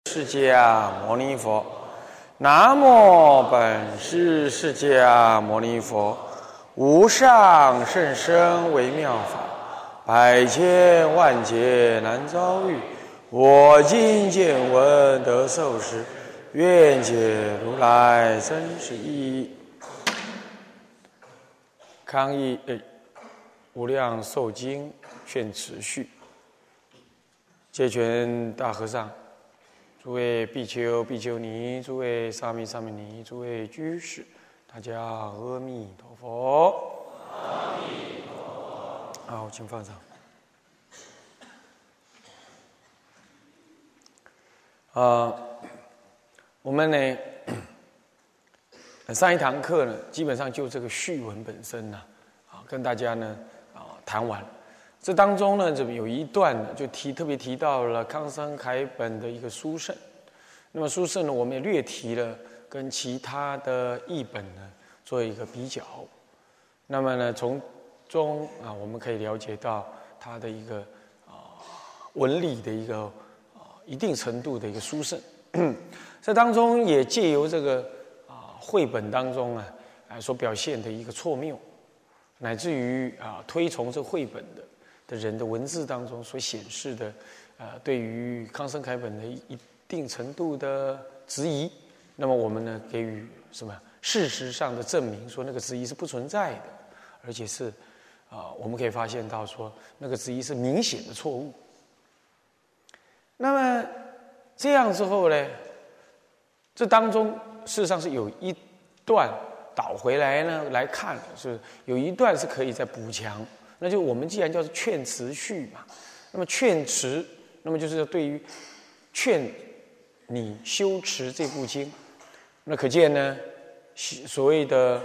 释迦牟尼佛，南无本师释迦牟尼佛，无上甚深微妙法，百千万劫难遭遇。我今见闻得受持，愿解如来真实义。康义无量寿经劝持序，戒权大和尚。诸位比丘、比丘尼，诸位沙弥、沙弥尼，诸位居士，大家阿弥陀佛。阿弥陀佛。好，请放上。我们呢，上一堂课呢，基本上就这个序文本身呢，跟大家呢谈完。这当中呢，这有一段呢，就特别提到了康桑楷本的一个书圣。那么书圣呢，我们也略提了跟其他的译本呢做一个比较。那么呢，从中我们可以了解到他的一个文理的一个一定程度的一个书圣。这当中也借由这个绘本当中所表现的一个错谬，乃至于推崇这绘本的人的文字当中所显示的，对于康生楷本的一定程度的质疑，那么我们呢给予什么事实上的证明，说那个质疑是不存在的，而且是我们可以发现到说那个质疑是明显的错误。那么这样之后呢，这当中事实上是有一段倒回来呢来看，是有一段是可以再补强。那就我们既然叫做劝持序嘛，那么劝持，那么就是对于劝你修持这部经，那可见呢，所谓的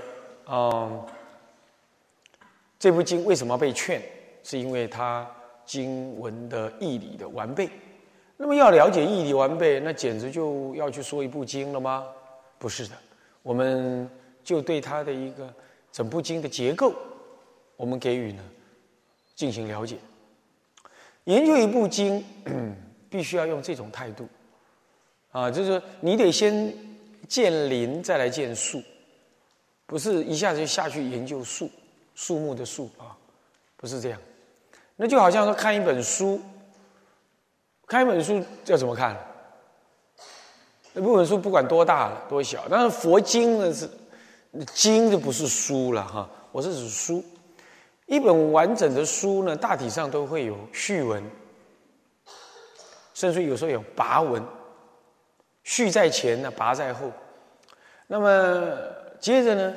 这部经为什么要被劝，是因为它经文的义理的完备。那么要了解义理完备，那简直就要去说一部经了吗？不是的，我们就对它的一个整部经的结构，我们给予呢进行了解。研究一部经必须要用这种态度就是说你得先见林再来见树，不是一下子就下去研究树木的树不是这样。那就好像说看一本书要怎么看？那本书不管多大了多小，但是佛经呢是经就不是书了我是指书。一本完整的书呢，大体上都会有序文，甚至有时候有跋文，序在前呢，跋在后。那么接着呢，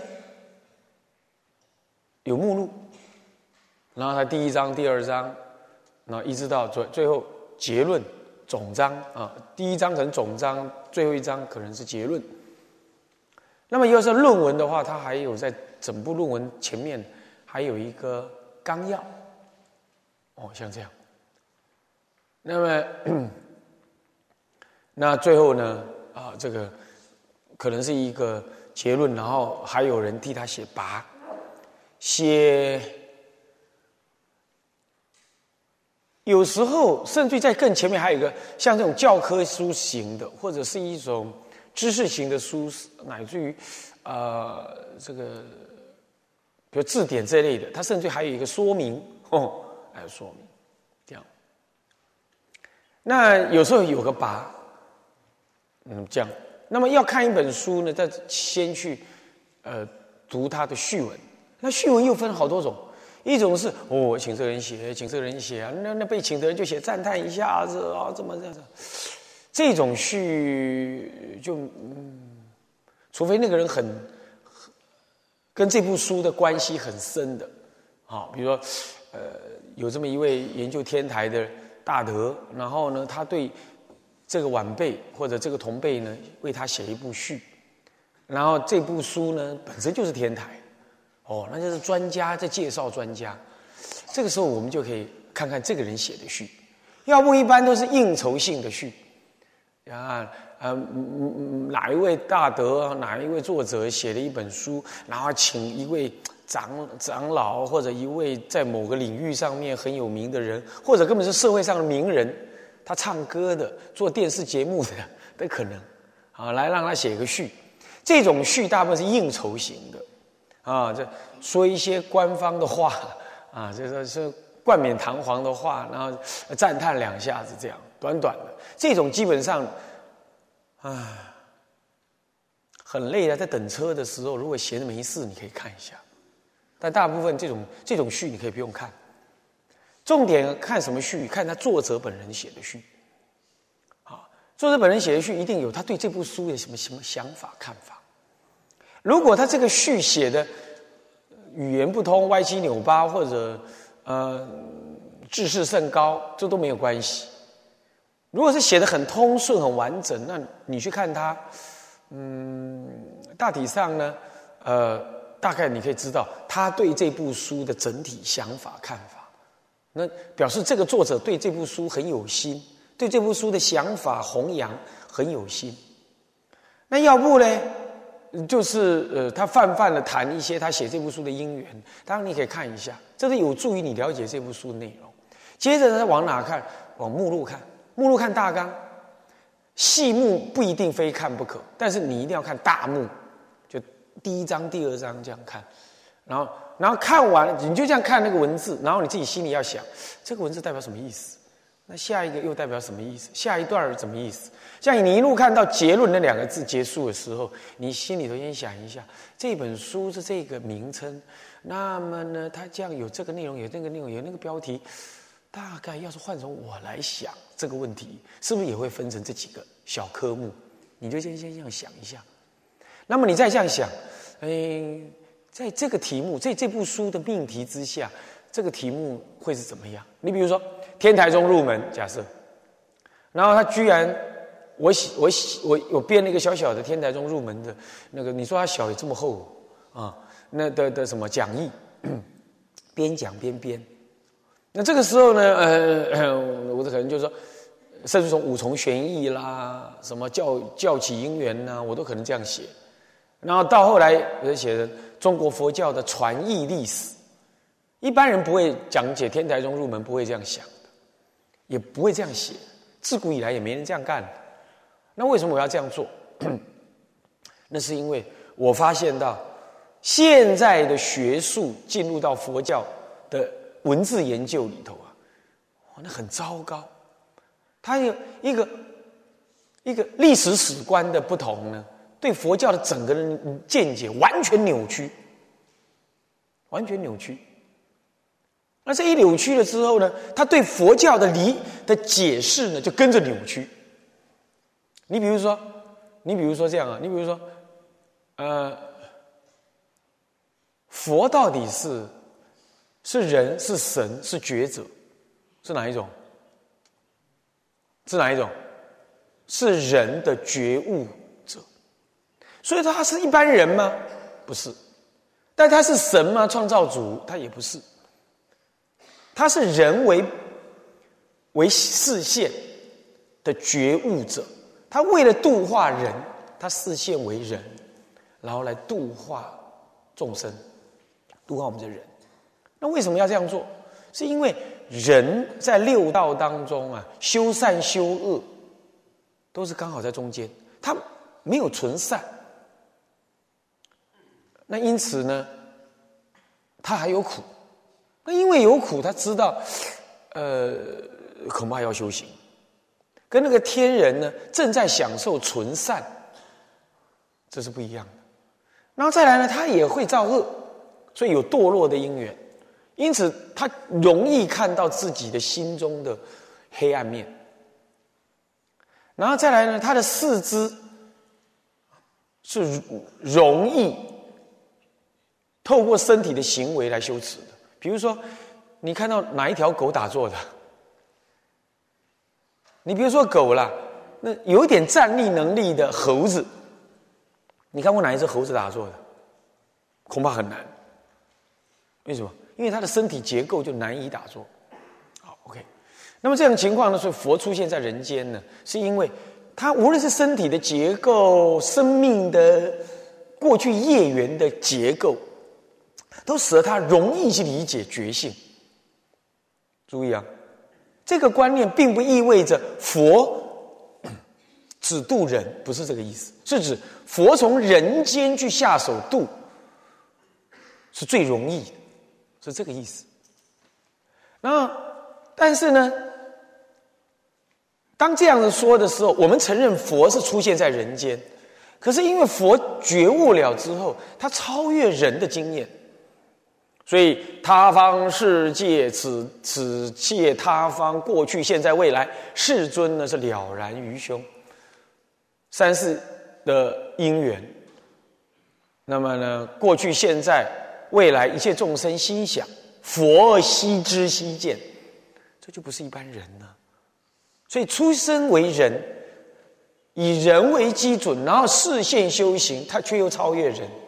有目录，然后它第一章、第二章，然后一直到最后结论总章第一章可能总章，最后一章可能是结论。那么要是论文的话，它还有在整部论文前面还有一个纲要像这样。那么那最后呢这个可能是一个结论，然后还有人替他写跋，有时候甚至在更前面还有一个像这种教科书型的，或者是一种知识型的书，乃至于这个比如字典这类的，它甚至还有一个说明来说明这样。那有时候有个跋这样。那么要看一本书呢，再先去读它的序文。那序文又分好多种，一种是请这个人写那被请的人就写赞叹一下子怎么这样子。这种序就除非那个人跟这部书的关系很深的比如说有这么一位研究天台的大德，然后呢他对这个晚辈或者这个同辈呢为他写一部序，然后这部书呢本身就是天台那就是专家在介绍专家。这个时候我们就可以看看这个人写的序，要不一般都是应酬性的序哪一位大德哪一位作者写了一本书，然后请一位长老或者一位在某个领域上面很有名的人，或者根本是社会上的名人， 他唱歌的、做电视节目的都可能啊，来让他写个序。这种序大部分是应酬型的啊，这说一些官方的话啊，就是冠冕堂皇的话，然后赞叹两下子，这样短短的这种基本上，很累的，在等车的时候，如果闲着没事，你可以看一下。但大部分这种序你可以不用看，重点看什么序？看他作者本人写的序。啊，作者本人写的序一定有他对这部书有什么想法、看法。如果他这个序写的语言不通、歪七扭八，或者知识甚高，这都没有关系。如果是写得很通顺、很完整，那你去看它，大体上呢，大概你可以知道他对这部书的整体想法、看法。那表示这个作者对这部书很有心，对这部书的想法弘扬很有心。那要不呢，就是他泛的谈一些他写这部书的因缘，当然你可以看一下，这是有助于你了解这部书的内容。接着呢，往哪看？往目录看，目录看大纲，细目不一定非看不可，但是你一定要看大目，就第一章、第二章这样看，然后看完你就这样看那个文字，然后你自己心里要想，这个文字代表什么意思？那下一个又代表什么意思？下一段什么意思？像你一路看到结论那2个字结束的时候，你心里头先想一下，这本书是这个名称，那么呢，它这样有这个内容，有那个内容，有那个标题，大概要是换成我来想这个问题，是不是也会分成这几个小科目？你就先这样想一下。那么你再这样想，在这个题目，在这部书的命题之下，这个题目会是怎么样？你比如说天台宗入门，假设，然后他居然我编了一个小小的天台宗入门的那个，你说它小也这么厚啊？那的什么讲义，边讲边编。那这个时候呢，我可能就说，甚至从五重玄义啦，什么教起因缘呐，我都可能这样写。然后到后来，我就写的中国佛教的传译历史，一般人不会讲解天台宗入门，不会这样想的，也不会这样写，自古以来也没人这样干的。那为什么我要这样做？那是因为我发现到现在的学术进入到佛教的文字研究里头啊，那很糟糕。它有一个历史史观的不同呢，对佛教的整个人见解完全扭曲，完全扭曲。那这一扭曲了之后呢，他对佛教的解释呢，就跟着扭曲。你比如说这样啊，你比如说，佛到底是人、是神、是觉者，是哪一种？是哪一种？是人的觉悟者。所以说他是一般人吗？不是。但他是神吗？创造主？他也不是。他是人为视线的觉悟者。他为了度化人，他视线为人，然后来度化众生，度化我们的人。那为什么要这样做？是因为人在六道当中啊，修善修恶都是刚好在中间，他没有纯善。那因此呢，他还有苦。那因为有苦，他知道，恐怕要修行。跟那个天人呢，正在享受纯善，这是不一样的。然后再来呢，他也会造恶，所以有堕落的因缘，因此他容易看到自己的心中的黑暗面。然后再来呢，他的四肢是容易透过身体的行为来修持的。比如说，你看到哪一条狗打坐的？你比如说狗啦，那有一点站立能力的猴子，你看过哪一只猴子打坐的？恐怕很难。为什么？因为它的身体结构就难以打坐。好 ，OK。那么这种情况呢，所以佛出现在人间呢，是因为它无论是身体的结构、生命的过去业缘的结构，都使得它容易去理解觉性。注意啊， 这个观念并不意味着佛只度人，不是这个意思，是指佛从人间去下手度是最容易的，是这个意思。但是呢，当这样子说的时候，我们承认佛是出现在人间，可是因为佛觉悟了之后，他超越人的经验，所以他方世界此界他方过去现在未来，世尊呢是了然于胸，三世的因缘，那么呢过去现在未来一切众生心想，佛悉知悉见，这就不是一般人了。所以出生为人，以人为基准，然后视线修行，他却又超越人。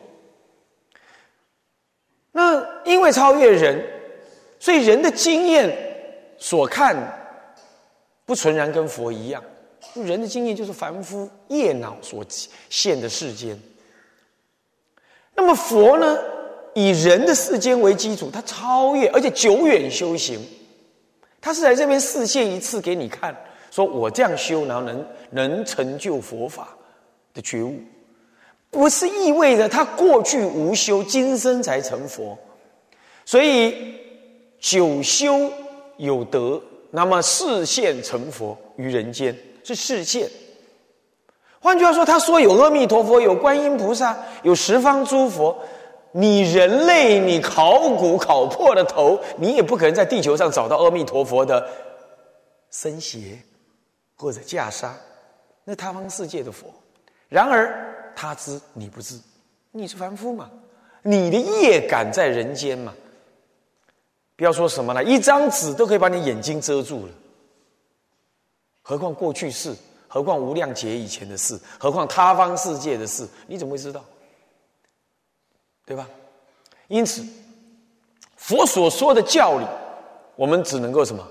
那因为超越人，所以人的经验所看不纯然跟佛一样，人的经验就是凡夫业脑所现的世间。那么佛呢，以人的世间为基础，他超越，而且久远修行，他是来这边示现一次给你看，说我这样修，然后能成就佛法的觉悟，不是意味着他过去无修，今生才成佛。所以久修有德，那么示现成佛于人间，是示现。换句话说，他说有阿弥陀佛，有观音菩萨，有十方诸佛，你人类你考古考破了头，你也不可能在地球上找到阿弥陀佛的身胁或者袈裟，那他方世界的佛。然而他知你不知，你是凡夫嘛，你的业感在人间嘛，不要说什么了，一张纸都可以把你眼睛遮住了，何况过去世，何况无量劫以前的事，何况他方世界的事，你怎么会知道？对吧？因此佛所说的教理，我们只能够什么？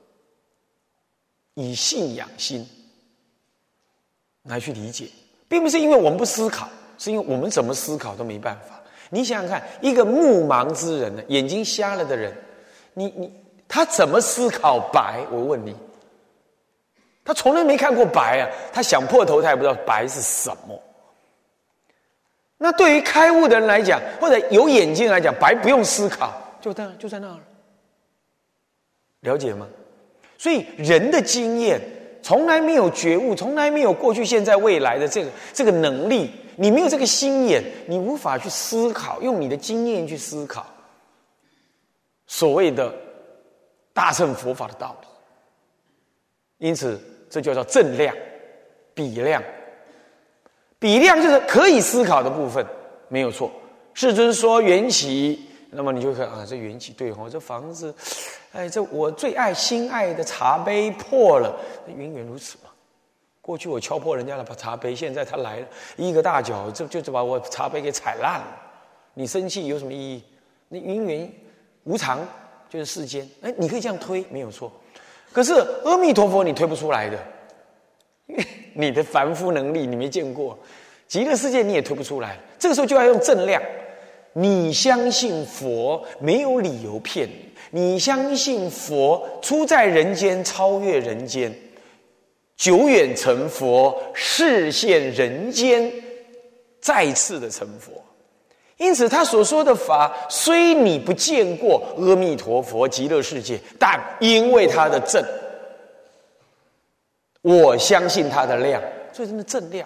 以信仰心来去理解，并不是因为我们不思考，是因为我们怎么思考都没办法。你想想看，一个目盲之人呢，眼睛瞎了的人，他怎么思考白？我问你，他从来没看过白啊，他想破头他也不知道白是什么。那对于开悟的人来讲，或者有眼睛来讲，白不用思考，就在那儿，了解吗？所以人的经验从来没有觉悟，从来没有过去现在未来的这个能力，你没有这个心眼，你无法去思考，用你的经验去思考所谓的大乘佛法的道理。因此这就叫正量比量。比量就是可以思考的部分，没有错。世尊说缘起，那么你就看啊，这缘起对哦，这房子，哎，这我最心爱的茶杯破了，云如此嘛。过去我敲破人家的茶杯，现在他来了，一个大脚就把我茶杯给踩烂了。你生气有什么意义？那云缘无常就是世间，哎，你可以这样推，没有错。可是阿弥陀佛你推不出来的，因为你的凡夫能力你没见过，极乐世界你也推不出来。这个时候就要用正量。你相信佛，没有理由骗你。你相信佛出在人间，超越人间，久远成佛，示现人间，再次的成佛。因此他所说的法，虽你不见过阿弥陀佛极乐世界，但因为他的正，我相信他的量，所以真的正量。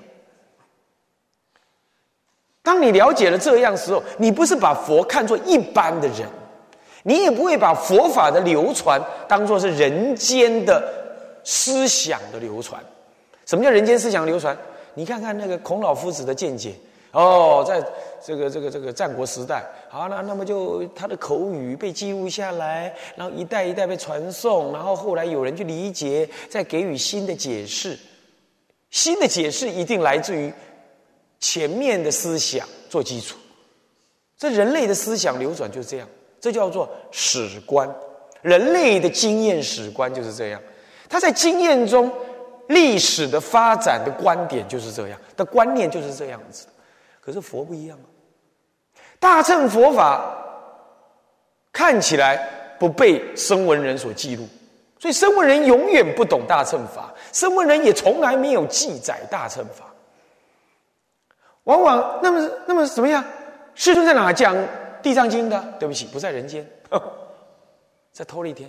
当你了解了这样的时候，你不是把佛看作一般的人，你也不会把佛法的流传当作是人间的思想的流传。什么叫人间思想流传？你看看那个孔老夫子的见解哦，在这个战国时代，好了，那么就他的口语被记录下来，然后一代一代被传颂，然后后来有人去理解，再给予新的解释。新的解释一定来自于前面的思想做基础。这人类的思想流转就是这样，这叫做史观。人类的经验史观就是这样，他在经验中历史的发展的观点就是这样，的观念就是这样子。可是佛不一样啊，大乘佛法看起来不被声闻人所记录， 所以声闻人永远不懂大乘法，声闻人也从来没有记载大乘法。往往那么怎么样？世尊在哪讲《地藏经》的？对不起，不在人间，在忉利天。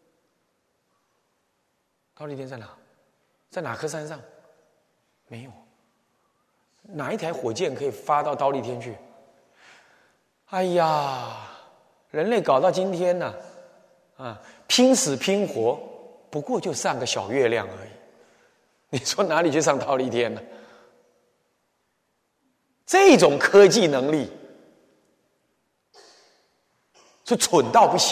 忉利天在哪？在哪棵山上？没有。哪一台火箭可以发到忉利天去？哎呀，人类搞到今天呢，拼死拼活，不过就上个小月亮而已。你说哪里去上忉利天呢？这种科技能力，是蠢到不行。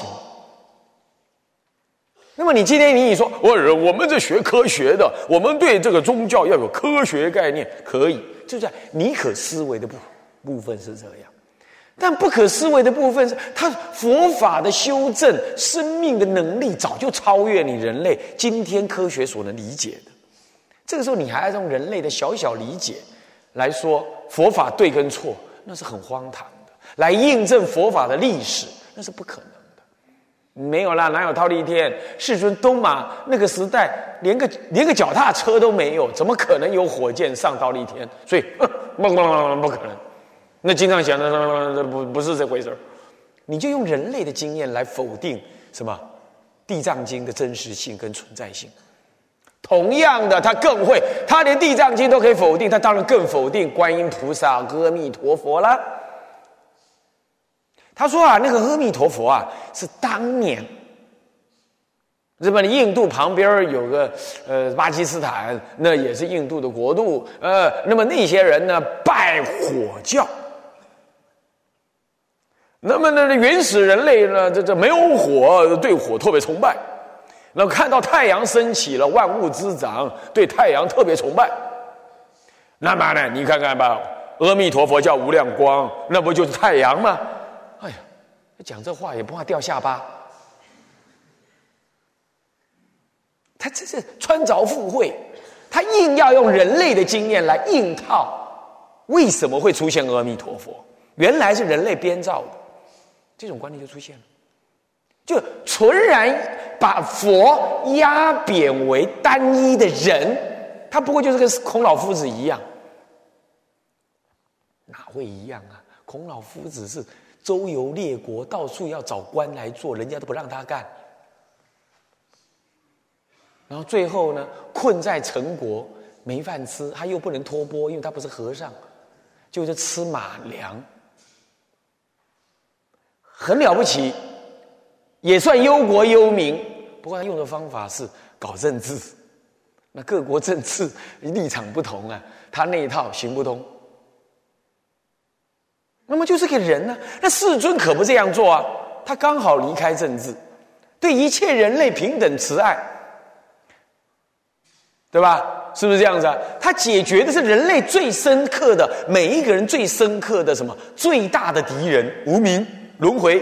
那么你今天你说，我们这学科学的，我们对这个宗教要有科学概念，可以，就在你可思维的部分是这样，但不可思维的部分是，它佛法的修正、生命的能力早就超越你人类今天科学所能理解的。这个时候，你还要用人类的小小理解来说佛法对跟错，那是很荒唐的；来印证佛法的历史，那是不可能。没有啦，哪有忉利天？世尊东马那个时代，连个脚踏车都没有，怎么可能有火箭上忉利天？所以，不可能。那经常想的不是这回事儿。你就用人类的经验来否定什么《地藏经》的真实性跟存在性。同样的，他更会，他连《地藏经》都可以否定，他当然更否定观音菩萨、阿弥陀佛啦。他说那个阿弥陀佛是当年日本的印度旁边有个巴基斯坦，那也是印度的国度，那么那些人呢拜火教，那么呢原始人类呢这没有火，对火特别崇拜，然后看到太阳升起了，万物滋长，对太阳特别崇拜。那么呢你看看吧，阿弥陀佛叫无量光，那不就是太阳吗？哎呀，讲这话也不怕掉下巴。他这是穿凿附会，他硬要用人类的经验来硬套，为什么会出现阿弥陀佛？原来是人类编造的，这种观念就出现了，就纯然把佛压贬为单一的人，他不过就是跟孔老夫子一样，哪会一样啊？孔老夫子是周游列国，到处要找官来做，人家都不让他干。然后最后呢，困在陈国没饭吃，他又不能托钵，因为他不是和尚，就是吃马粮，很了不起，也算忧国忧民。不过他用的方法是搞政治，那各国政治立场不同他那一套行不通。那么就是个人呢，那世尊可不这样做他刚好离开政治，对一切人类平等慈爱，对吧？是不是这样子他解决的是人类最深刻的，每一个人最深刻的什么最大的敌人——无明轮回。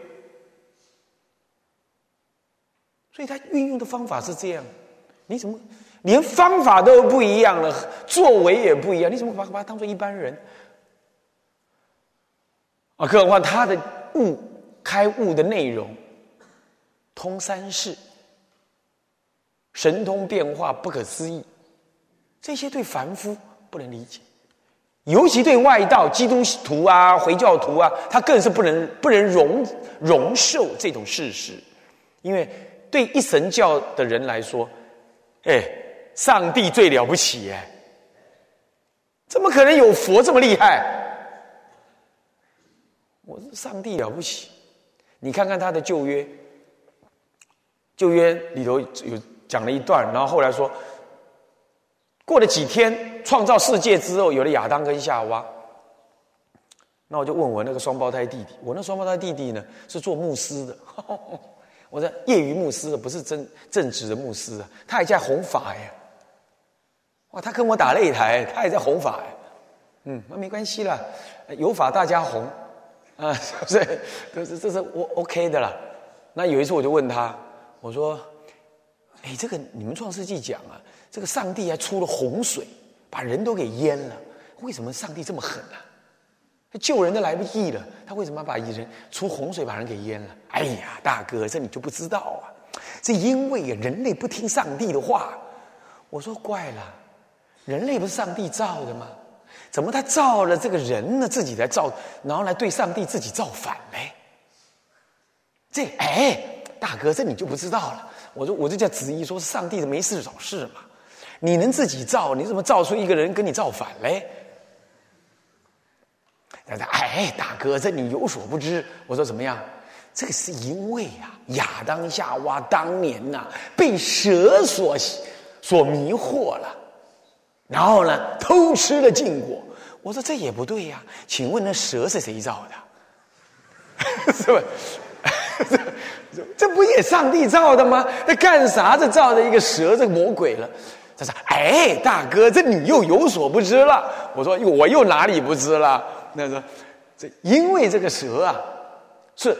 所以他运用的方法是这样，你怎么连方法都不一样了，作为也不一样，你怎么把他当作一般人？更何况他的开悟的内容通三世，神通变化不可思议，这些对凡夫不能理解，尤其对外道基督徒回教徒他更是不能容受这种事实。因为对一神教的人来说，上帝最了不起怎么可能有佛这么厉害？我是上帝了不起。你看看他的旧约里头有讲了一段，然后后来说过了几天创造世界之后，有了亚当跟夏娃。那我就问我那个双胞胎弟弟，我那双胞胎弟弟呢是做牧师的我在业余牧师的，不是正职的牧师他还在弘法哇，他跟我打擂台，他也在弘法那没关系啦，有法大家弘是不是？这是我 OK 的啦。那有一次我就问他，我说：“这个你们创世纪讲这个上帝还出了洪水，把人都给淹了。为什么上帝这么狠救人都来不及了，他为什么要把人出洪水把人给淹了？哎呀，大哥，这你就不知道这因为人类不听上帝的话。我说怪了，人类不是上帝造的吗？怎么他造了这个人呢，自己来造，然后来对上帝自己造反嘞？这大哥，这你就不知道了。我就叫质疑说，上帝没事找事嘛，你能自己造，你怎么造出一个人跟你造反嘞？大哥，这你有所不知。我说怎么样？这个是因为亚当夏娃当年被蛇所迷惑了，然后呢偷吃了禁果。我说这也不对呀，请问那蛇是谁造的？是吧？这不也上帝造的吗？那干啥这造的一个蛇，这个魔鬼了？他说大哥，这你又有所不知了。我说我又哪里不知了？那说这因为这个蛇是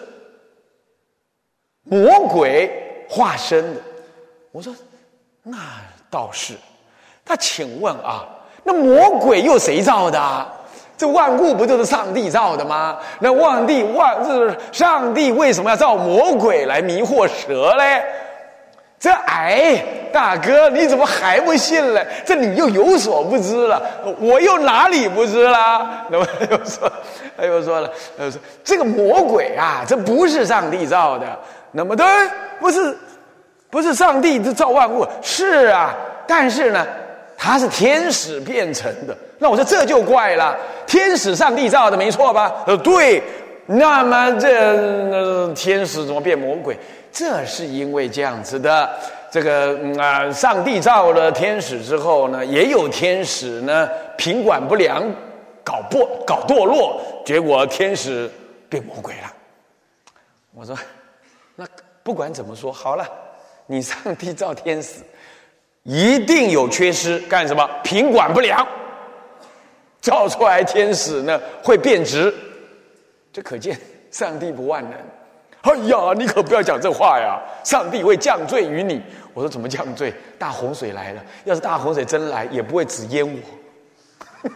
魔鬼化身的。我说那倒是。他请问那魔鬼又谁造的？这万物不都是上帝造的吗？那这上帝为什么要造魔鬼来迷惑蛇嘞？这大哥，你怎么还不信嘞？这你又有所不知了，我又哪里不知了？那么又说了，这个魔鬼这不是上帝造的。那么对，不是上帝造万物，是但是呢，他是天使变成的。那我说这就怪了，天使上帝造的没错吧？对。那么这天使怎么变魔鬼？这是因为这样子的，这个上帝造了天使之后呢，也有天使呢品管不良，搞堕落，结果天使变魔鬼了。我说那不管怎么说，好了，你上帝造天使一定有缺失，干什么？品管不良，造出来天使呢会变质，这可见上帝不万能。你可不要讲这话呀！上帝会降罪于你。我说怎么降罪？大洪水来了，要是大洪水真来，也不会只淹我。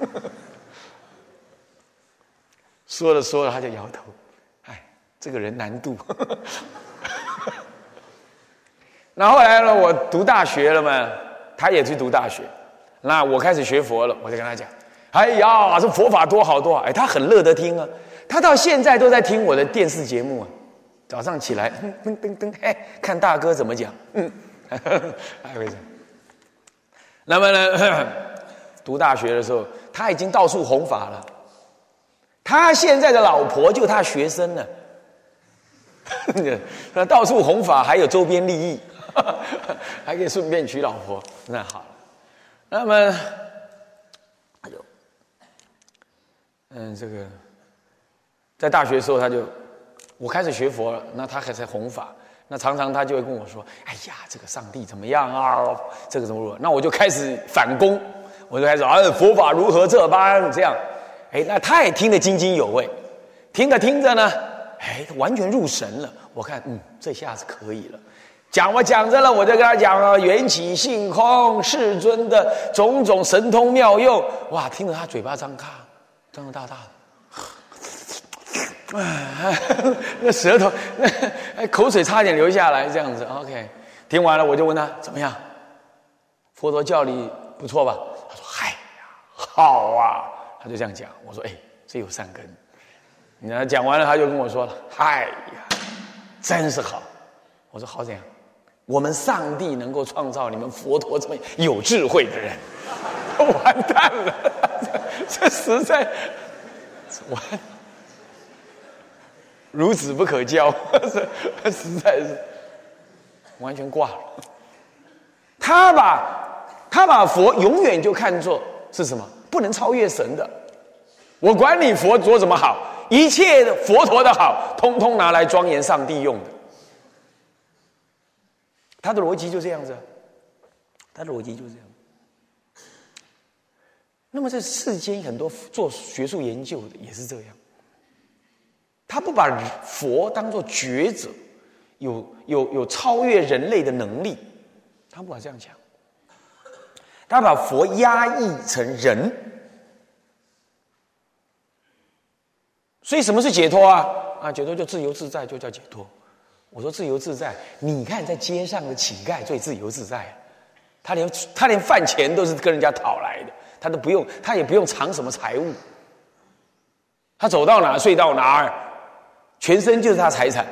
说了，他就摇头。这个人难度。那后来呢？我读大学了嘛，他也去读大学。那我开始学佛了，我就跟他讲：这佛法多好多好！他很乐得听他到现在都在听我的电视节目早上起来，看大哥怎么讲，那么呢，读大学的时候，他已经到处弘法了。他现在的老婆就他学生呢，他到处弘法，还有周边利益，还可以顺便娶老婆。那好了，那么这个在大学的时候我开始学佛了，那他还在弘法，那常常他就会跟我说：“这个上帝怎么样这个怎么如何？”那我就开始反攻，我就开始佛法如何这般这样，那他也听得津津有味，听着呢，完全入神了。我看这下子可以了。讲着了，我就跟他讲缘起性空世尊的种种神通妙用，哇，听得他嘴巴张得大大的。那舌头口水差点流下来，这样子 OK。听完了我就问他怎么样，佛陀教你不错吧？他说好他就这样讲。我说这有善根。那讲完了他就跟我说了真是好。我说好怎样？我们上帝能够创造你们佛陀这么有智慧的人，完蛋了，这实在孺子不可教，实在是完全挂了。他把佛永远就看作是什么？不能超越神的。我管你佛陀怎么好，一切的佛陀的好，通通拿来庄严上帝用的。他的逻辑就这样子，那么这世间很多做学术研究的也是这样。他不把佛当作觉者，有超越人类的能力，他不把这样讲，他把佛压抑成人。所以什么是解脱解脱就自由自在，就叫解脱。 我说自由自在，你看在街上的乞丐最自由自在，他连饭钱都是跟人家讨来的，他也不用藏什么财物，他走到哪睡到哪儿，全身就是他财产，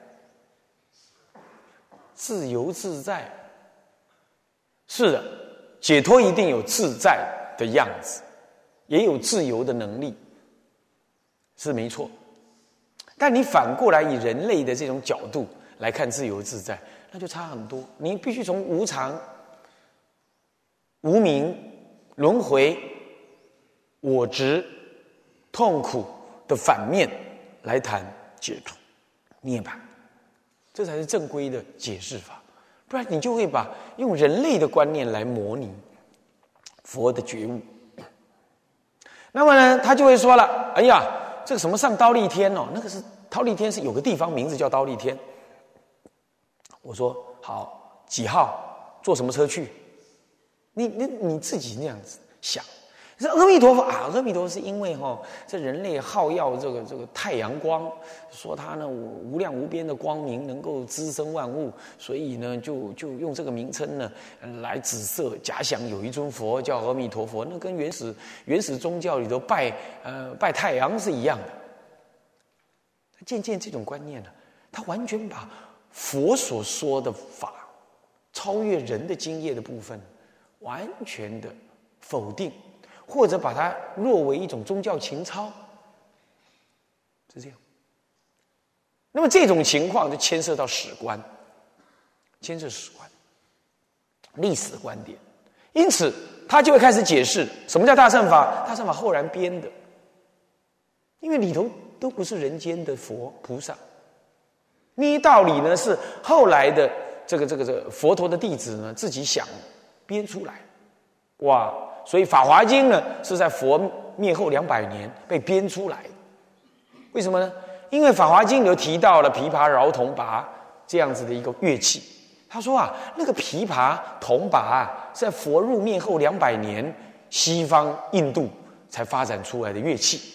自由自在。是的，解脱一定有自在的样子，也有自由的能力，是没错。但你反过来以人类的这种角度来看自由自在，那就差很多。你必须从无常、无明、轮回、我执、痛苦的反面来谈解脱、涅槃，这才是正规的解释法。不然你就会用人类的观念来模拟佛的觉悟。那么呢，他就会说了：“哎呀，这个什么上忉利天哦，那个是忉利天是有个地方名字叫忉利天。”我说：“好，几号？坐什么车去？”你自己那样子想。这阿弥陀佛啊，阿弥陀佛是因为这人类好要这个太阳光，说它呢无量无边的光明能够滋生万物，所以呢就用这个名称呢来指涉，假想有一尊佛叫阿弥陀佛，那跟原始宗教里头拜太阳是一样的。渐渐这种观念呢，他完全把佛所说的法超越人的经验的部分完全的否定，或者把它若为一种宗教情操，是这样。那么这种情况就牵涉到史观，历史观点，因此他就会开始解释什么叫大乘法。大乘法后然编的，因为里头都不是人间的佛菩萨，那些道理呢是后来的这个佛陀的弟子呢自己想编出来，哇！所以《法华经》呢是在佛灭后200年被编出来的。为什么呢？因为《法华经》里提到了琵琶、饶铜鈸这样子的一个乐器。他说啊，那个琵琶、铜鈸啊，是在佛入灭后200年，西方印度才发展出来的乐器。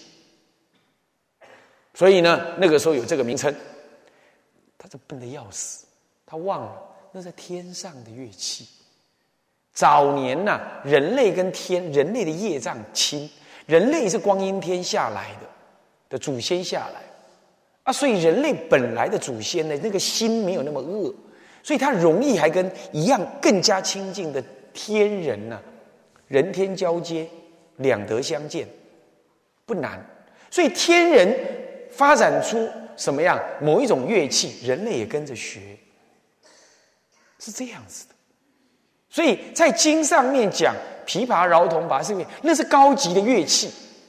所以呢，那个时候有这个名称。他这笨得要死，他忘了那是天上的乐器。早年人类跟人类的业障轻，人类是光阴天下来的祖先下来啊，所以人类本来的祖先呢，那个心没有那么恶，所以他容易还跟一样更加亲近的天人人天交接，两德相见，不难。所以天人发展出什么样某一种乐器，人类也跟着学，是这样子的。所以在经上面讲琵琶、饶铜鈸，是因为那是高级的乐器，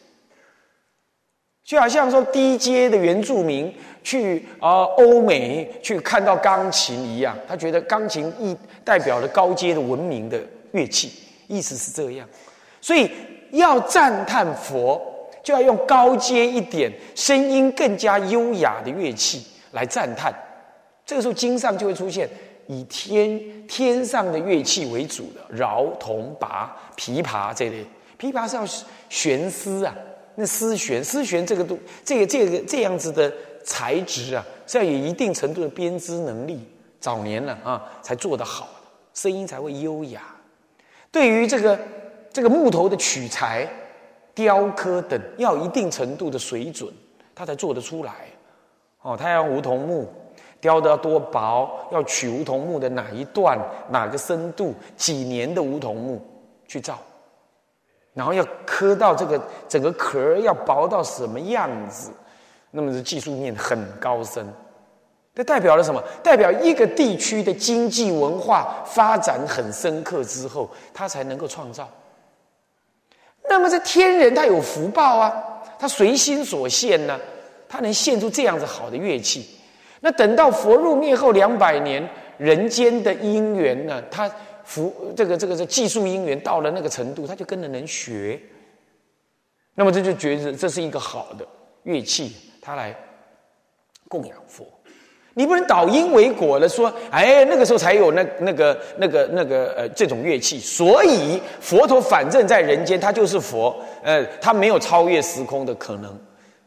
就好像说低阶的原住民去欧美去看到钢琴一样，他觉得钢琴代表了高阶的文明的乐器，意思是这样。所以要赞叹佛，就要用高阶一点、声音更加优雅的乐器来赞叹。这个时候经上就会出现以天上的乐器为主的饶铜鈸、琵琶这类。琵琶是要弦丝啊，那丝弦这样子的材质啊，是要有一定程度的编织能力，早年才做得好，声音才会优雅。对于这个木头的取材、雕刻等，要有一定程度的水准，它才做得出来。它要用梧桐木。雕得要多薄，要取梧桐木的哪一段、哪个深度、几年的梧桐木去造，然后要刻到这个整个壳要薄到什么样子，那么这技术面很高深。这代表了什么？代表一个地区的经济文化发展很深刻之后，它才能够创造。那么这天人他有福报啊，他随心所现呢，他能献出这样子好的乐器。那等到佛入灭后200年，人间的因缘呢，他这个技术因缘到了那个程度，他就跟着人学。那么这就觉得这是一个好的乐器，他来供养佛。你不能倒因为果了，说那个时候才有这种乐器，所以佛陀反正在人间，他就是佛，他没有超越时空的可能。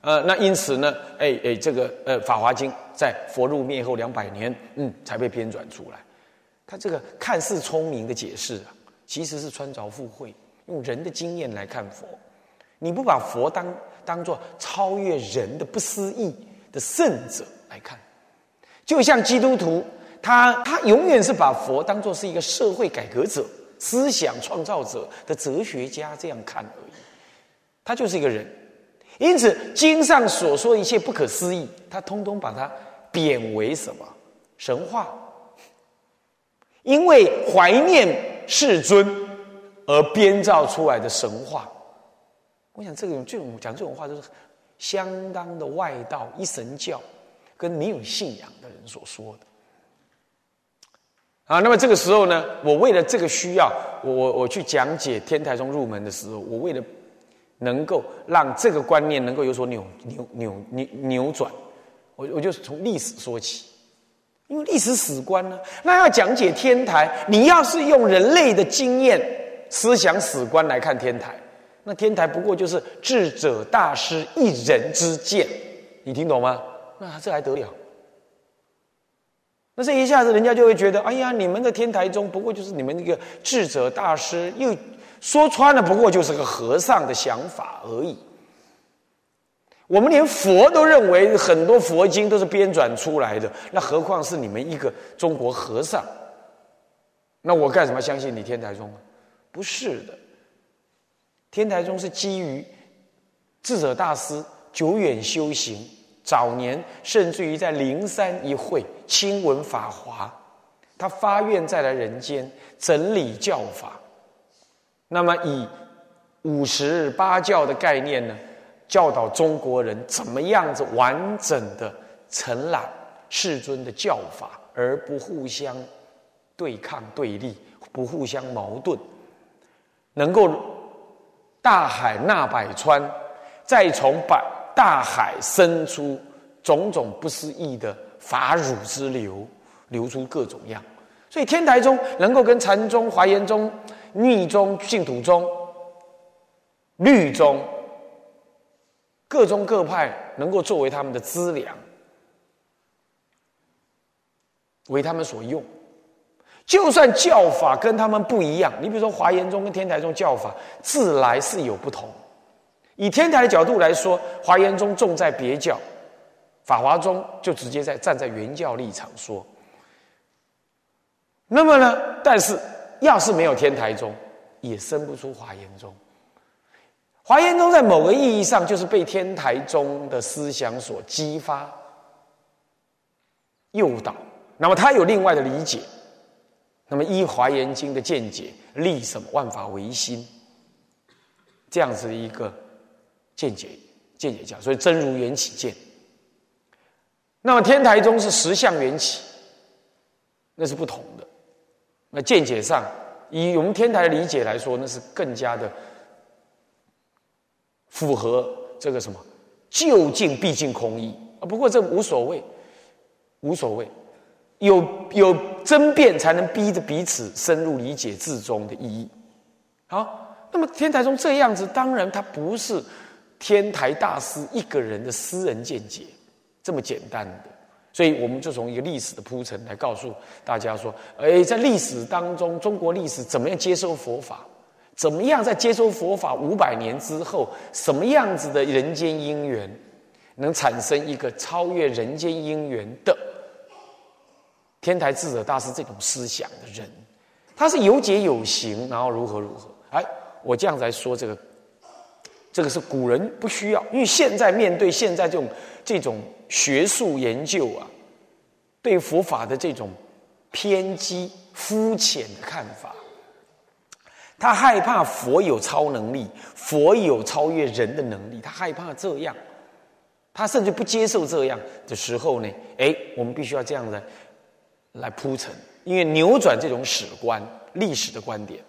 那因此呢，这个法华经》在佛入灭后200年，才被编纂出来。他这个看似聪明的解释啊，其实是穿凿附会，用人的经验来看佛。你不把佛当作超越人的不思议的圣者来看，就像基督徒，他永远是把佛当作是一个社会改革者、思想创造者的哲学家这样看而已。他就是一个人。因此经上所说的一切不可思议，他通通把它贬为什么？神话。因为怀念世尊而编造出来的神话。我想这种讲这种话，就是相当的外道、一神教跟没有信仰的人所说的。那么这个时候呢，我为了这个需要，我去讲解天台宗入门的时候，我为了能够让这个观念能够有所扭转，我就从历史说起，因为历史史观呢，那要讲解天台，你要是用人类的经验、思想史观来看天台，那天台不过就是智者大师一人之见，你听懂吗？那这还得了？那这一下子人家就会觉得，哎呀，你们的天台宗不过就是你们那个智者大师，又说穿了不过就是个和尚的想法而已。我们连佛都认为很多佛经都是编纂出来的，那何况是你们一个中国和尚？那我干什么相信你天台宗啊？不是的，天台宗是基于智者大师久远修行，早年甚至于在灵山一会亲闻法华，他发愿再来人间整理教法。那么以58教的概念呢，教导中国人怎么样子完整的承揽世尊的教法，而不互相对抗对立，不互相矛盾，能够大海纳百川，再从大海生出种种不思议的法乳之流，流出各种样。所以天台宗能够跟禅宗、华严宗、密宗、净土宗、律宗各宗各派能够作为他们的资粮，为他们所用。就算教法跟他们不一样，你比如说华严宗跟天台宗教法自来是有不同。以天台的角度来说，华严宗重在别教，法华宗就直接站在原教立场说。那么呢，但是要是没有天台宗，也生不出华严宗。华严宗在某个意义上就是被天台宗的思想所激发、诱导，那么他有另外的理解，那么依华严经的见解，立什么万法唯心，这样子的一个见解教，所以真如缘起见。那么天台宗是实相缘起，那是不同的。那见解上，以我们天台的理解来说，那是更加的符合这个什么究竟毕竟空义啊。不过这无所谓，无所谓，有争辩才能逼着彼此深入理解至宗的意义。好，那么天台宗这样子，当然它不是天台大师一个人的私人见解这么简单的。所以我们就从一个历史的铺陈来告诉大家说，在历史当中，中国历史怎么样接收佛法，怎么样在接收佛法500年之后，什么样子的人间因缘能产生一个超越人间因缘的天台智者大师这种思想的人，他是有解有行，然后如何。我这样子来说，这个是古人不需要，因为现在面对现在这种学术研究啊，对佛法的这种偏激、肤浅的看法，他害怕佛有超能力，佛有超越人的能力，他害怕这样，他甚至不接受这样的时候呢，我们必须要这样的来铺陈，因为扭转这种史观、历史的观点，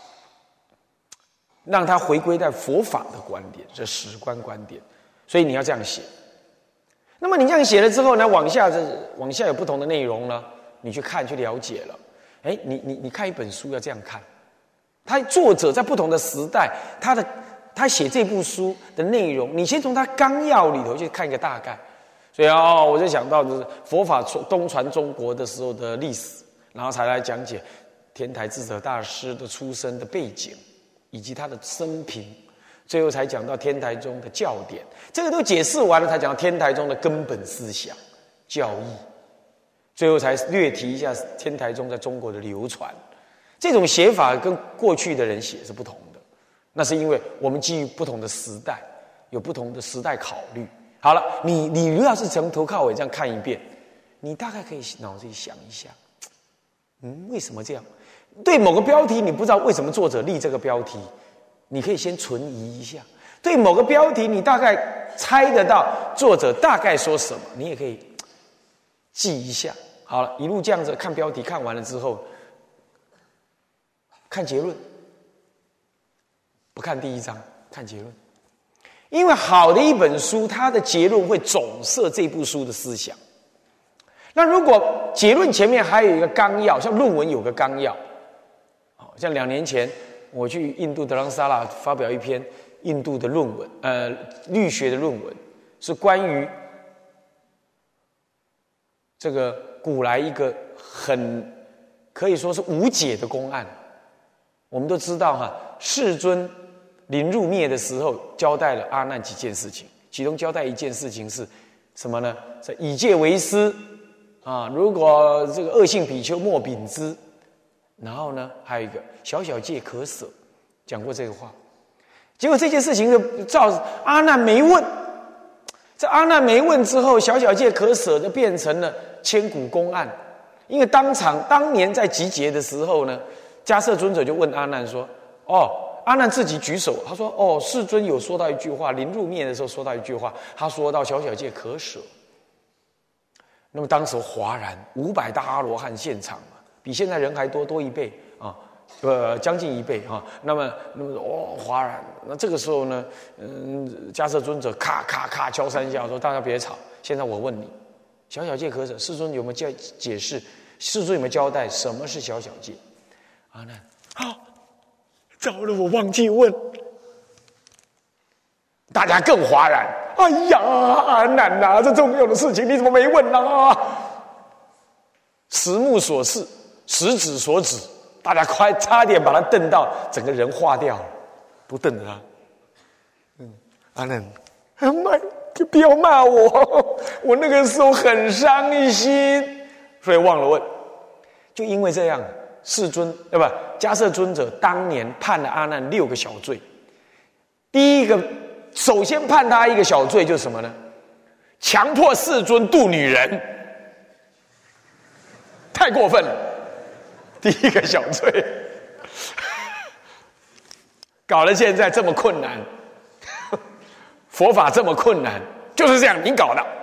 让他回归在佛法的观点，这史观观点。所以你要这样写。那么你这样写了之后呢，往下有不同的内容呢，你去看去了解了。你看一本书要这样看，他作者在不同的时代，他的他写这部书的内容，你先从他纲要里头去看一个大概。所以我就想到就是佛法东传中国的时候的历史，然后才来讲解天台智者大师的出生的背景，以及他的生平，最后才讲到天台宗的教典。这个都解释完了，才讲到天台宗的根本思想、教义，最后才略提一下天台宗在中国的流传。这种写法跟过去的人写是不同的，那是因为我们基于不同的时代，有不同的时代考虑。好了，你如果要是从头到尾这样看一遍，你大概可以脑子里想一下，为什么这样？对某个标题你不知道为什么作者立这个标题，你可以先存疑一下。对某个标题你大概猜得到作者大概说什么，你也可以记一下。好了，一路这样子看标题，看完了之后，看结论，不看第一章，看结论。因为好的一本书，它的结论会总摄这部书的思想。那如果结论前面还有一个纲要，像论文有个纲要，像2年前我去印度德朗萨拉发表一篇印度的论文，律学的论文，是关于这个古来一个很可以说是无解的公案。我们都知道世尊临入灭的时候交代了阿难几件事情，其中交代一件事情是什么呢？是以戒为师如果这个恶性比丘莫秉之，然后呢还有一个小小戒可舍，讲过这个话。结果这件事情就照阿难没问，这阿难没问之后，小小戒可舍就变成了千古公案。因为当年在集结的时候呢，迦摄尊者就问阿难说：阿难自己举手，他说：世尊有说到一句话，临入灭的时候说到一句话，他说到小小戒可舍。那么当时哗然，500大阿罗汉现场比现在人还多1倍将近1倍那么哗然。那这个时候呢，迦摄尊者咔咔咔敲3下，说：大家别吵，现在我问你，小小戒可舍，世尊有没有解释？世尊有没有交代什么是小小戒？阿难，糟了，我忘记问，大家更哗然。哎呀，阿难啊，这重要的事情你怎么没问啊？实目所视，实指所指，大家快差点把他瞪到整个人化掉了，都瞪着他。阿难，不要骂我，我那个时候很伤心，所以忘了问。就因为这样，迦摄尊者当年判了阿难6个小罪。第一个，首先判他一个小罪就是什么呢？强迫世尊度女人，太过分了。第一个小罪，搞得现在这么困难，佛法这么困难，就是这样你搞的。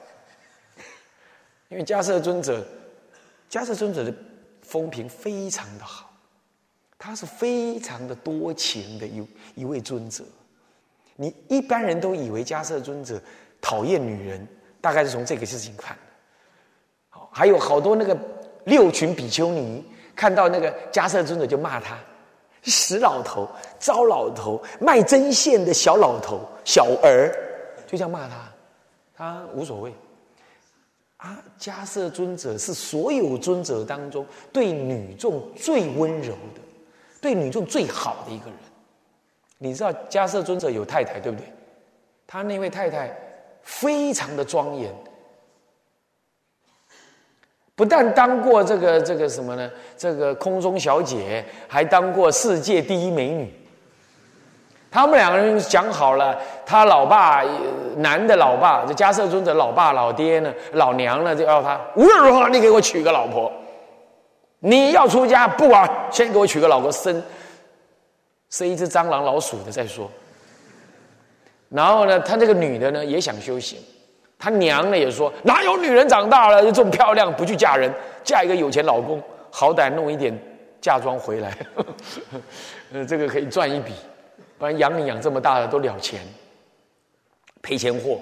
因为迦摄尊者的风评非常的好，他是非常的多情的一位尊者。你一般人都以为迦摄尊者讨厌女人，大概是从这个事情看的。还有好多那个6群比丘尼看到那个迦摄尊者就骂他死老头、糟老头、卖针线的小老头、小儿，就这样骂他，他无所谓。迦摄尊者是所有尊者当中对女众最温柔的，对女众最好的一个人。你知道迦摄尊者有太太对不对？他那位太太非常的庄严，不但当过这个什么呢？这个空中小姐，还当过世界第1美女。他们2个人讲好了，他老爸男的老爸，就迦摄尊者老爸老爹呢，老娘呢就要他无论如何你给我娶个老婆，你要出家不管，先给我娶个老婆，生一只蟑螂老鼠的再说。然后呢，他这个女的呢也想修行，他娘呢也说哪有女人长大了就这么漂亮不去嫁人，嫁一个有钱老公，好歹弄一点嫁妆回来，这个可以赚一笔。不然养你养这么大的都了钱，赔钱货。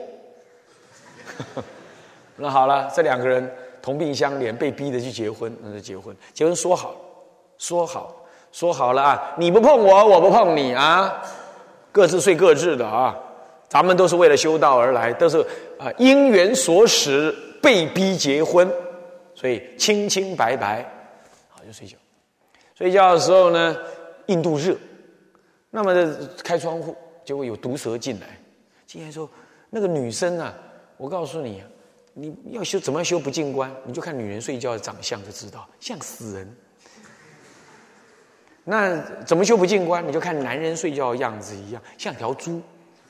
那好了，这2个人同病相怜，被逼着去结婚，那就结婚。结婚说好了啊，你不碰我，我不碰你啊。 各自睡各自的啊。咱们都是为了修道而来，都是因缘所使，被逼结婚，所以清清白白，好就睡觉。睡觉的时候呢，印度热，那么开窗户，结果有毒蛇进来。进来说，那个女生啊，我告诉你，你要修怎么样修不净观，你就看女人睡觉的长相就知道，像死人。那怎么修不净观？你就看男人睡觉的样子一样，像条猪。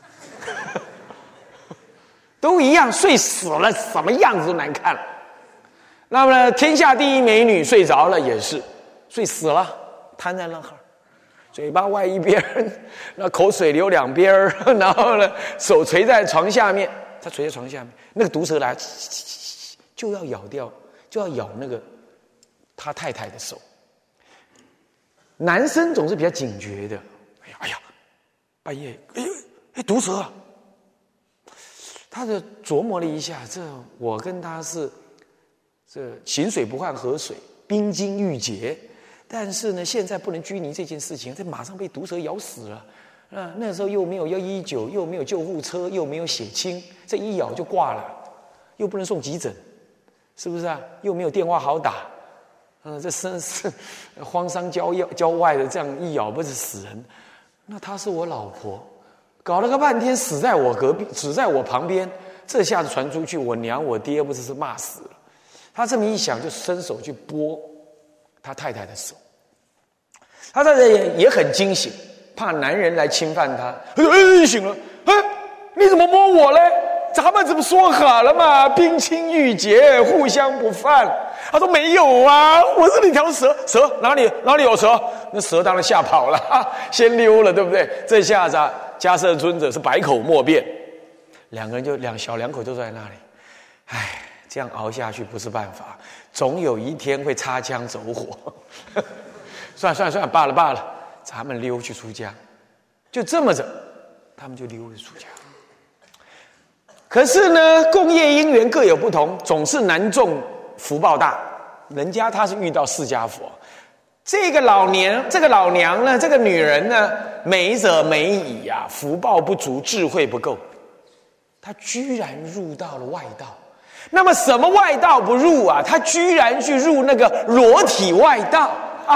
都一样，睡死了，什么样子都难看了。那么呢，天下第一美女睡着了也是，睡死了，瘫在那儿，嘴巴歪一边，那口水流两边，然后呢，手垂在床下面，他垂在床下面，那个毒蛇来，就要咬掉，就要咬那个他太太的手。男生总是比较警觉的，哎呀，半夜，毒蛇啊！他的琢磨了一下，我跟他是井水不犯河水，冰晶玉洁，但是呢，现在不能拘泥这件事情，这马上被毒蛇咬死了。那时候又没有119，又没有救护车，又没有血清，这一咬就挂了，又不能送急诊，是不是啊？又没有电话好打，这是荒山郊外的，这样一咬不是死人？那她是我老婆。搞了个半天，死在我隔壁，死在我旁边，这下子传出去，我娘我爹不是骂死了。他这么一想，就伸手去拨他太太的手。他太太也很惊醒，怕男人来侵犯他。醒了，你怎么摸我嘞？咱们怎么说好了嘛？冰清玉洁，互相不犯。他说没有啊，我是那条蛇，哪里有蛇？那蛇当然吓跑了，先溜了，对不对？这下子迦叶尊者是百口莫辩，两个人就两口都在那里，这样熬下去不是办法，总有一天会擦枪走火。算了，罢了，咱们溜去出家，就这么着，他们就溜了出家。可是呢，共业因缘各有不同，总是男众福报大，人家他是遇到释迦佛。这个老娘呢，这个女人呢，美者美矣啊，福报不足，智慧不够，她居然入到了外道。那么什么外道不入啊？她居然去入那个裸体外道，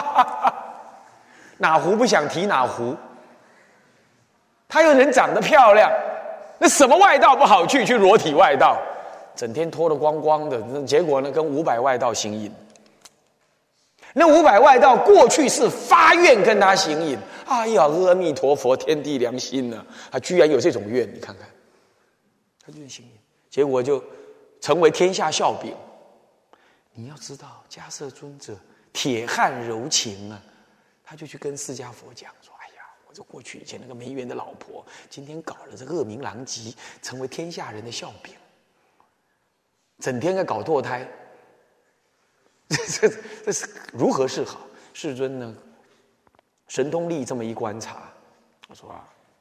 哪壶不想提哪壶。她又人长得漂亮，那什么外道不好去裸体外道，整天脱得光光的，结果呢，跟500外道行淫。那500外道过去是发愿跟他行淫，哎呀，阿弥陀佛，天地良心呢，他居然有这种愿，你看看，他就是行淫，结果就成为天下笑柄。你要知道，迦叶尊者铁汉柔情啊，他就去跟释迦佛讲说：“哎呀，我这过去以前那个没缘的老婆，今天搞了这恶名狼藉，成为天下人的笑柄，整天在搞堕胎。”这是如何是好？世尊呢，神通力这么一观察，我说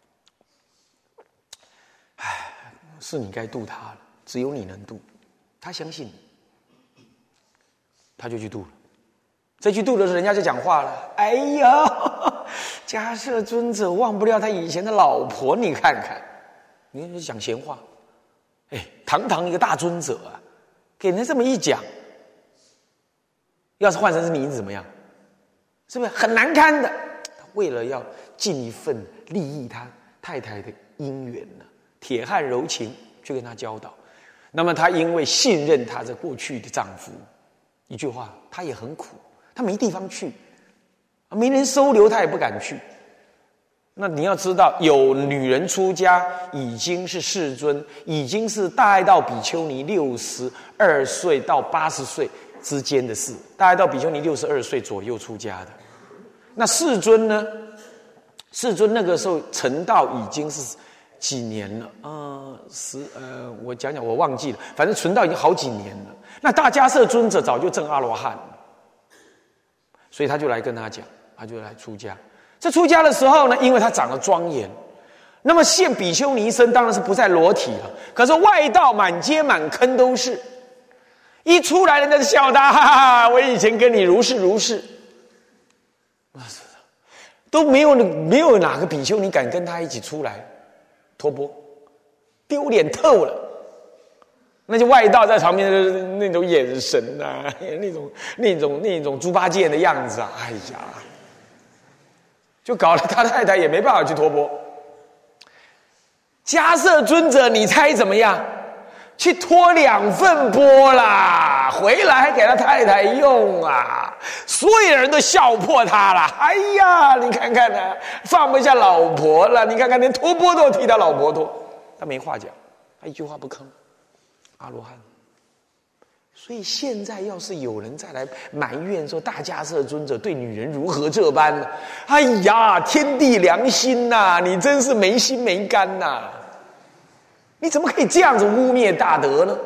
是你该度他了，只有你能度，他相信你，他就去度了。这去度的时候，人家就讲话了：“哎呀，迦叶尊者忘不了他以前的老婆，你看看，你讲闲话，堂堂一个大尊者啊，给人家这么一讲。”要是换成是你怎么样？是不是很难堪的？他为了要尽一份利益他太太的姻缘呢，铁汉柔情去跟他教导。那么他因为信任他这过去的丈夫，一句话，他也很苦，他没地方去，没人收留，他也不敢去。那你要知道，有女人出家已经是世尊，已经是大爱道比丘尼62岁到80岁之间的事，大概到比丘尼62岁左右出家的。那世尊呢？世尊那个时候成道已经是几年了？我讲我忘记了，反正成道已经好几年了。那大迦叶尊者早就证阿罗汉了，所以他就来跟他讲，他就来出家。这出家的时候呢，因为他长得庄严，那么现比丘尼身当然是不再裸体了。可是外道满街满坑都是。一出来，人家就笑他，哈哈！我以前跟你如是如是。 都没有哪个比丘尼敢跟他一起出来托钵，丢脸透了。那些外道在旁边的那种眼神啊，那种猪八戒的样子啊，哎呀，就搞得他太太也没办法去托钵。迦叶尊者，你猜怎么样？去托2份钵啦，回来还给他太太用啊！所有人都笑破他了。哎呀，你看看啊，放不下老婆了。你看看，连托钵都替他老婆托，他没话讲，他一句话不吭。阿罗汉。所以现在要是有人再来埋怨说大迦叶尊者对女人如何这般呢？哎呀，天地良心呐，你真是没心没肝呐！你怎么可以这样子污蔑大德呢？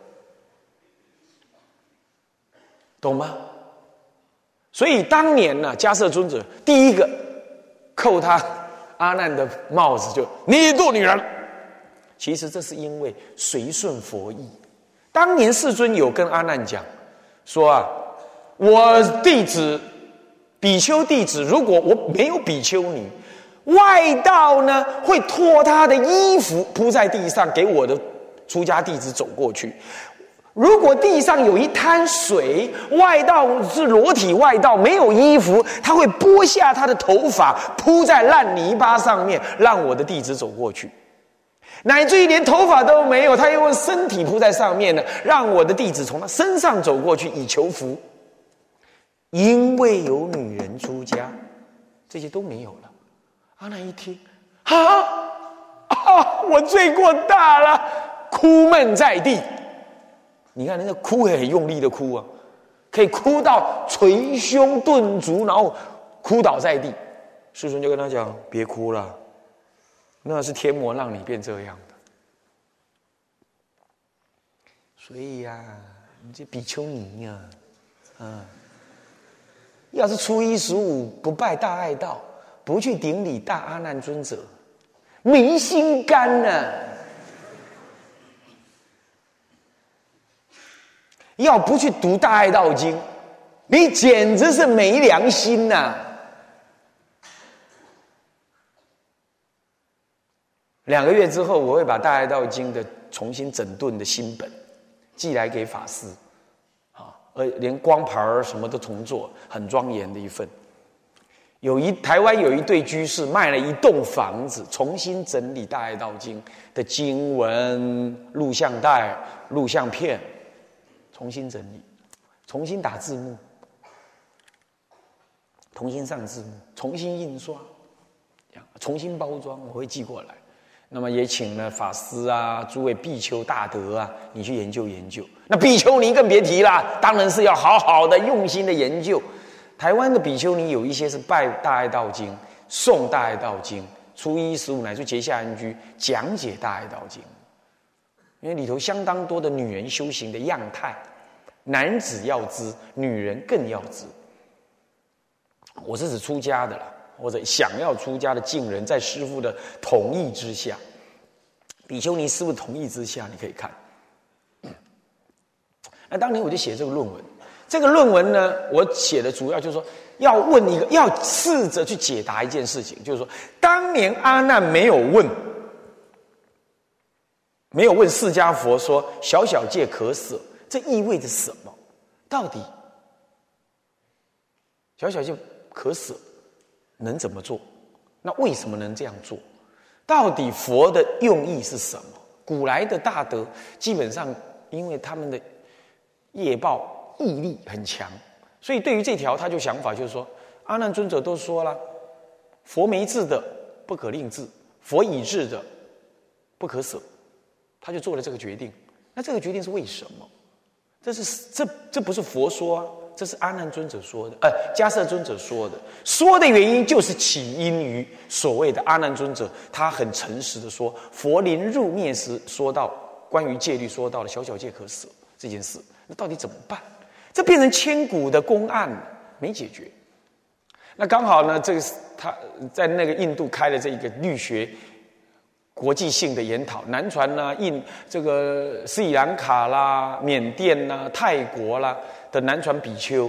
懂吗？所以当年呢，迦叶尊者第一个扣他阿难的帽子，就你堕女人。其实这是因为随顺佛意。当年世尊有跟阿难讲说啊，我弟子比丘弟子，如果我没有比丘尼，外道呢会脱他的衣服铺在地上给我的出家弟子走过去。如果地上有一滩水，外道是裸体外道，没有衣服，他会剥下他的头发铺在烂泥巴上面，让我的弟子走过去。乃至于连头发都没有，他又用身体铺在上面呢，让我的弟子从他身上走过去以求福。因为有女人出家，这些都没有了。阿难一听，我罪过大了，哭闷在地。你看人家哭也很用力的哭啊，可以哭到捶胸顿足，然后哭倒在地。世尊就跟他讲，别哭了，那是天魔让你变这样的。所以呀，你这比丘尼呀，要是初一十五不拜大爱道，不去顶礼大阿难尊者，没心肝呢。要不去读大爱道经，你简直是没良心呐！2个月之后，我会把大爱道经的重新整顿的新本寄来给法师，连光盘什么都重做，很庄严的一份。台湾有一对居士卖了1栋房子，重新整理大爱道经的经文、录像带、录像片，重新整理，重新打字幕，重新上字幕，重新印刷，重新包装，我会寄过来。那么也请了法师啊，诸位比丘大德啊，你去研究研究。那比丘尼更别提啦，当然是要好好的用心的研究。台湾的比丘尼有一些是拜大爱道经、诵大爱道经，初一15乃至结夏安居讲解大爱道经，因为里头相当多的女人修行的样态，男子要知，女人更要知。我是指出家的啦，或者想要出家的净人，在师父的同意之下，比丘尼师父同意之下，你可以看。那当年我就写这个论文，这个论文呢，我写的主要就是说，要试着去解答一件事情，就是说，当年阿难没有问释迦佛说小小戒可舍，这意味着什么？到底小小戒可舍能怎么做？那为什么能这样做？到底佛的用意是什么？古来的大德基本上因为他们的业报毅力很强，所以对于这条他就想法就是说，阿难尊者都说了，佛没治的不可令治，佛已治的不可舍，他就做了这个决定。那这个决定是为什么？这不是佛说啊，这是阿难尊者说的，迦叶尊者说的。说的原因就是起因于所谓的阿难尊者，他很诚实的说，佛临入灭时说到关于戒律说到了小小戒可舍这件事，那到底怎么办？这变成千古的公案了，没解决。那刚好呢，这个他在那个印度开了这一个律学国际性的研讨，南传啦、这个斯里兰卡啦、缅甸啦、泰国啦的南传比丘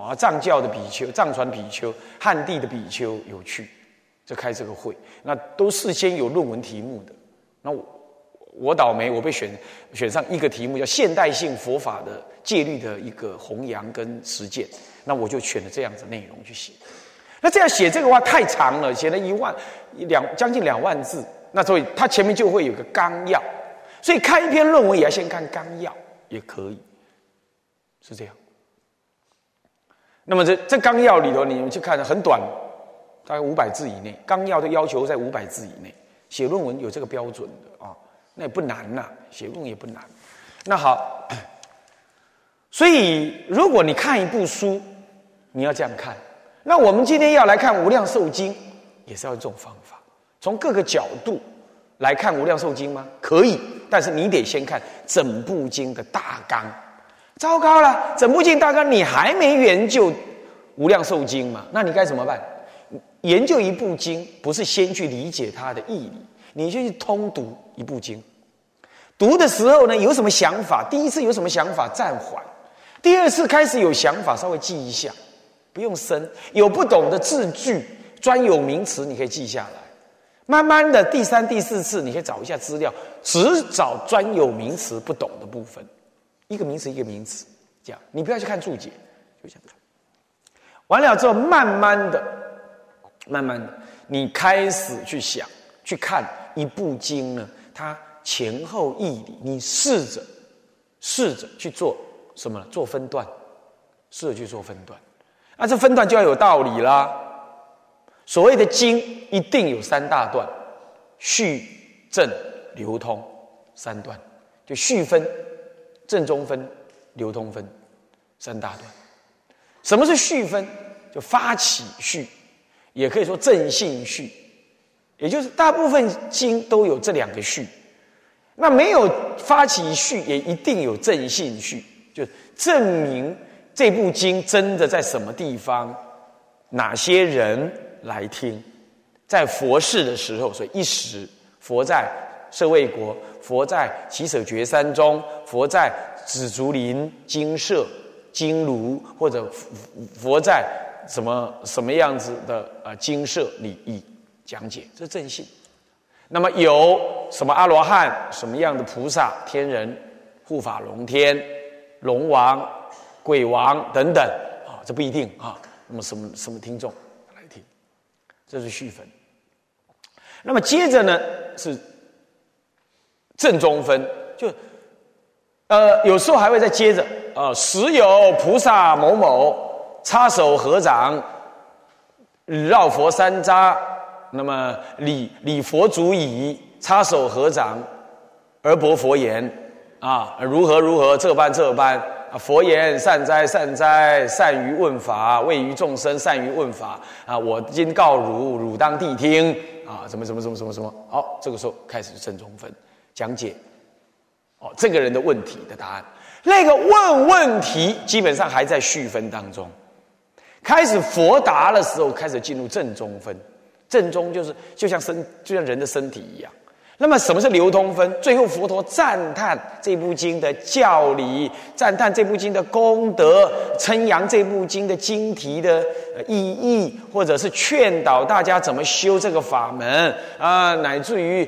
啊，藏教的比丘、藏传比丘、汉地的比丘有去，就开这个会，那都事先有论文题目的。那我倒霉，我被选上一个题目叫现代性佛法的戒律的一个弘扬跟实践，那我就选了这样子内容去写。那这样写这个话太长了，写了将近2万字，那所以它前面就会有个纲要，所以看一篇论文也要先看纲要，也可以，是这样。那么这纲要里头，你们去看很短，大概500字以内，纲要的要求在500字以内，写论文有这个标准的啊，那也不难呐，写论文也不难。那好，所以如果你看一部书，你要这样看。那我们今天要来看《无量寿经》，也是要这种方法，从各个角度来看《无量寿经》吗？可以，但是你得先看整部经的大纲。糟糕了，整部经大纲你还没研究《无量寿经》嘛？那你该怎么办？研究一部经，不是先去理解它的义理，你就去通读一部经。读的时候呢，有什么想法？第一次有什么想法，暂缓；第二次开始有想法，稍微记一下。不用深，有不懂的字句、专有名词，你可以记下来。慢慢的，第3、第4次，你可以找一下资料，只找专有名词不懂的部分，一个名词一个名词，这样你不要去看注解，就这样看。完了之后，慢慢的，你开始去想、去看一部经呢，它前后义理，你试着去做什么呢？做分段，试着去做分段。那这分段就要有道理啦。所谓的经一定有3大段：序、正、流通3段，就序分、正中分、流通分3大段。什么是序分？就发起序，也可以说正信序，也就是大部分经都有这2个序。那没有发起序，也一定有正信序，就证明这部经真的在什么地方，哪些人来听，在佛事的时候，所以一时佛在舍卫国，佛在祇舍觉山中，佛在紫竹林精舍经庐，或者佛在什么样子的精舍礼仪讲解，这是正信。那么有什么阿罗汉，什么样的菩萨、天人、护法龙天、龙王、鬼王等等啊，这不一定啊。那么什么听众来听，这是序分。那么接着呢是正中分，就有时候还会再接着时有菩萨某某插手合掌，绕佛3匝，那么礼佛足矣，插手合掌而薄佛言啊，如何这般啊，佛言善哉，善于问法，位于众生，善于问法啊！我今告汝当谛听啊！什么？好，这个时候开始正中分讲解这个人的问题的答案。那个问题基本上还在序分当中，开始佛答的时候，开始进入正中分。正中就像人的身体一样。那么什么是流通分？最后佛陀赞叹这部经的教理，赞叹这部经的功德，称扬这部经的经题的意义，或者是劝导大家怎么修这个法门啊，乃至于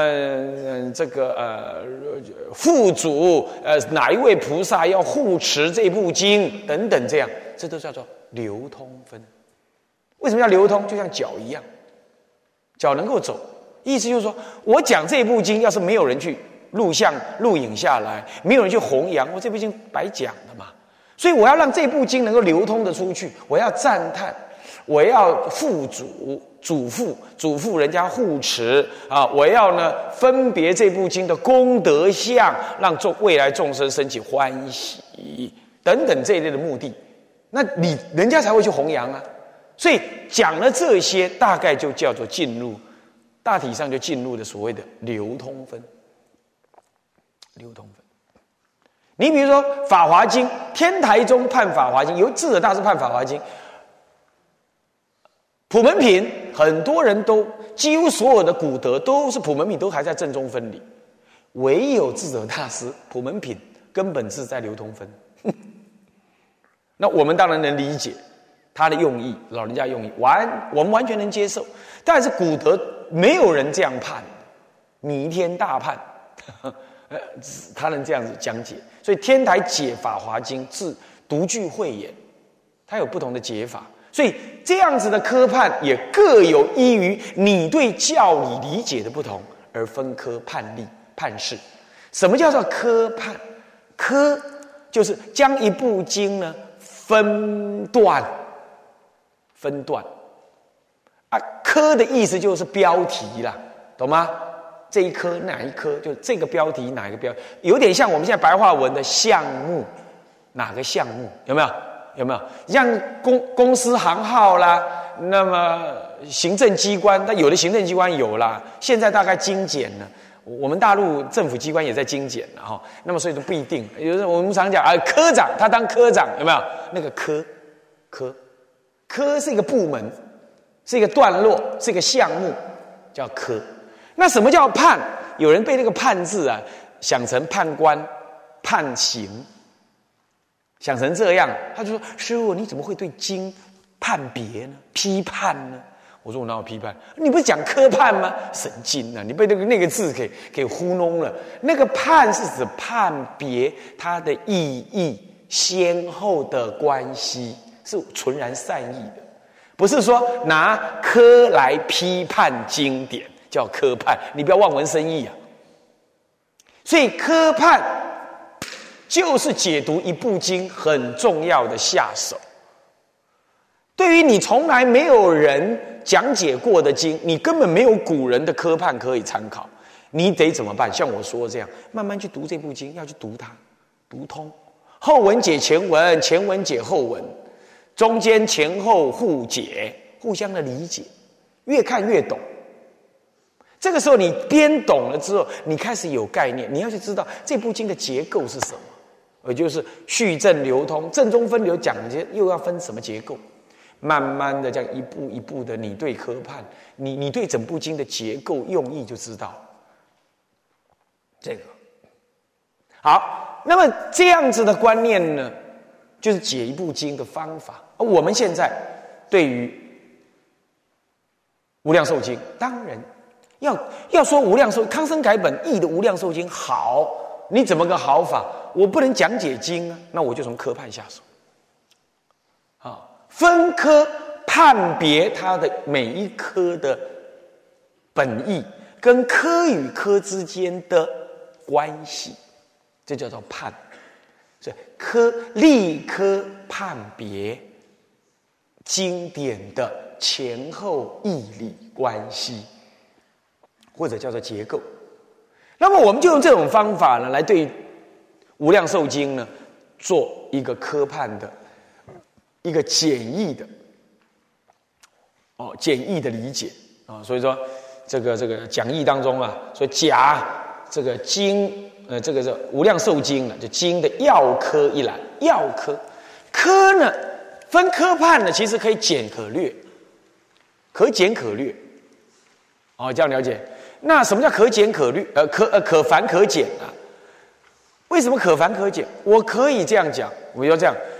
父祖哪一位菩萨要护持这部经等等，这样这都叫做流通分。为什么叫流通？就像脚一样，脚能够走。意思就是说，我讲这部经，要是没有人去录影下来，没有人去弘扬，我这部经白讲的嘛。所以我要让这部经能够流通的出去，我要赞叹，我要父祖父人家护持啊，我要呢分别这部经的功德相，让未来众生升起欢喜等等这一类的目的，那人家才会去弘扬啊。所以讲了这些，大概就叫做进入。大体上就进入了所谓的流通分。你比如说《法华经》，天台宗判《法华经》，由智者大师判《法华经》，普门品很多人几乎所有的古德都是普门品，都还在正中分里，唯有智者大师普门品根本是在流通分。 那我们当然能理解他的用意，老人家用意我们完全能接受。但是古德没有人这样判，弥天大判，他能这样子讲解。所以天台解《法华经》自独具慧眼，他有不同的解法。所以这样子的科判也各有依于你对教理理解的不同而分科判例判事。什么叫做科判？科就是将一部经呢分段啊，科的意思就是标题啦，懂吗？这一科哪一科，就这个标题哪一个标题，有点像我们现在白话文的项目，哪个项目有没有？有没有像公司行号啦？那么行政机关，它有的行政机关有啦，现在大概精简了。我们大陆政府机关也在精简了哈，那么所以都不一定。有时候我们常讲科长，他当科长有没有？那个科是一个部门，是一个段落，是一个项目，叫科。那什么叫判？有人被那个判字啊想成判官、判刑，想成这样，他就说：“师父，你怎么会对经判别呢？批判呢？”我说：“我哪有批判？你不是讲科判吗？神经啊！你被那个字给糊弄了。那个判是指判别它的意义先后的关系，是纯然善意的，不是说拿科来批判经典叫科判。你不要望文生义啊！所以科判就是解读一部经很重要的下手。对于你从来没有人讲解过的经，你根本没有古人的科判可以参考，你得怎么办？像我说这样，慢慢去读这部经，要去读它，读通。后文解前文，前文解后文，中间前后互解，互相的理解，越看越懂。这个时候你边懂了之后，你开始有概念，你要去知道这部经的结构是什么，也就是序正流通，正中分流讲的又要分什么结构。慢慢的这样一步一步的，你对科判，你对整部经的结构用意就知道这个。好，那么这样子的观念呢，就是解一部经的方法。而我们现在对于无量寿经，当然要说无量寿康生改本译的无量寿经好，你怎么个好法？我不能讲解经啊，那我就从科判下手。分科判别它的每一科的本意跟科与科之间的关系，这叫做判。所以立科判别经典的前后义理关系，或者叫做结构。那么我们就用这种方法呢，来对无量寿经呢做一个科判的一个简易的理解啊，所以说这个讲义当中啊，说甲这个经这个无量寿经呢，就经的要科一览，要科呢分科判呢，其实可以简可略，可简可略，这样了解。那什么叫可简可略？可繁可简啊？为什么可繁可简？我可以这样讲，我要这样。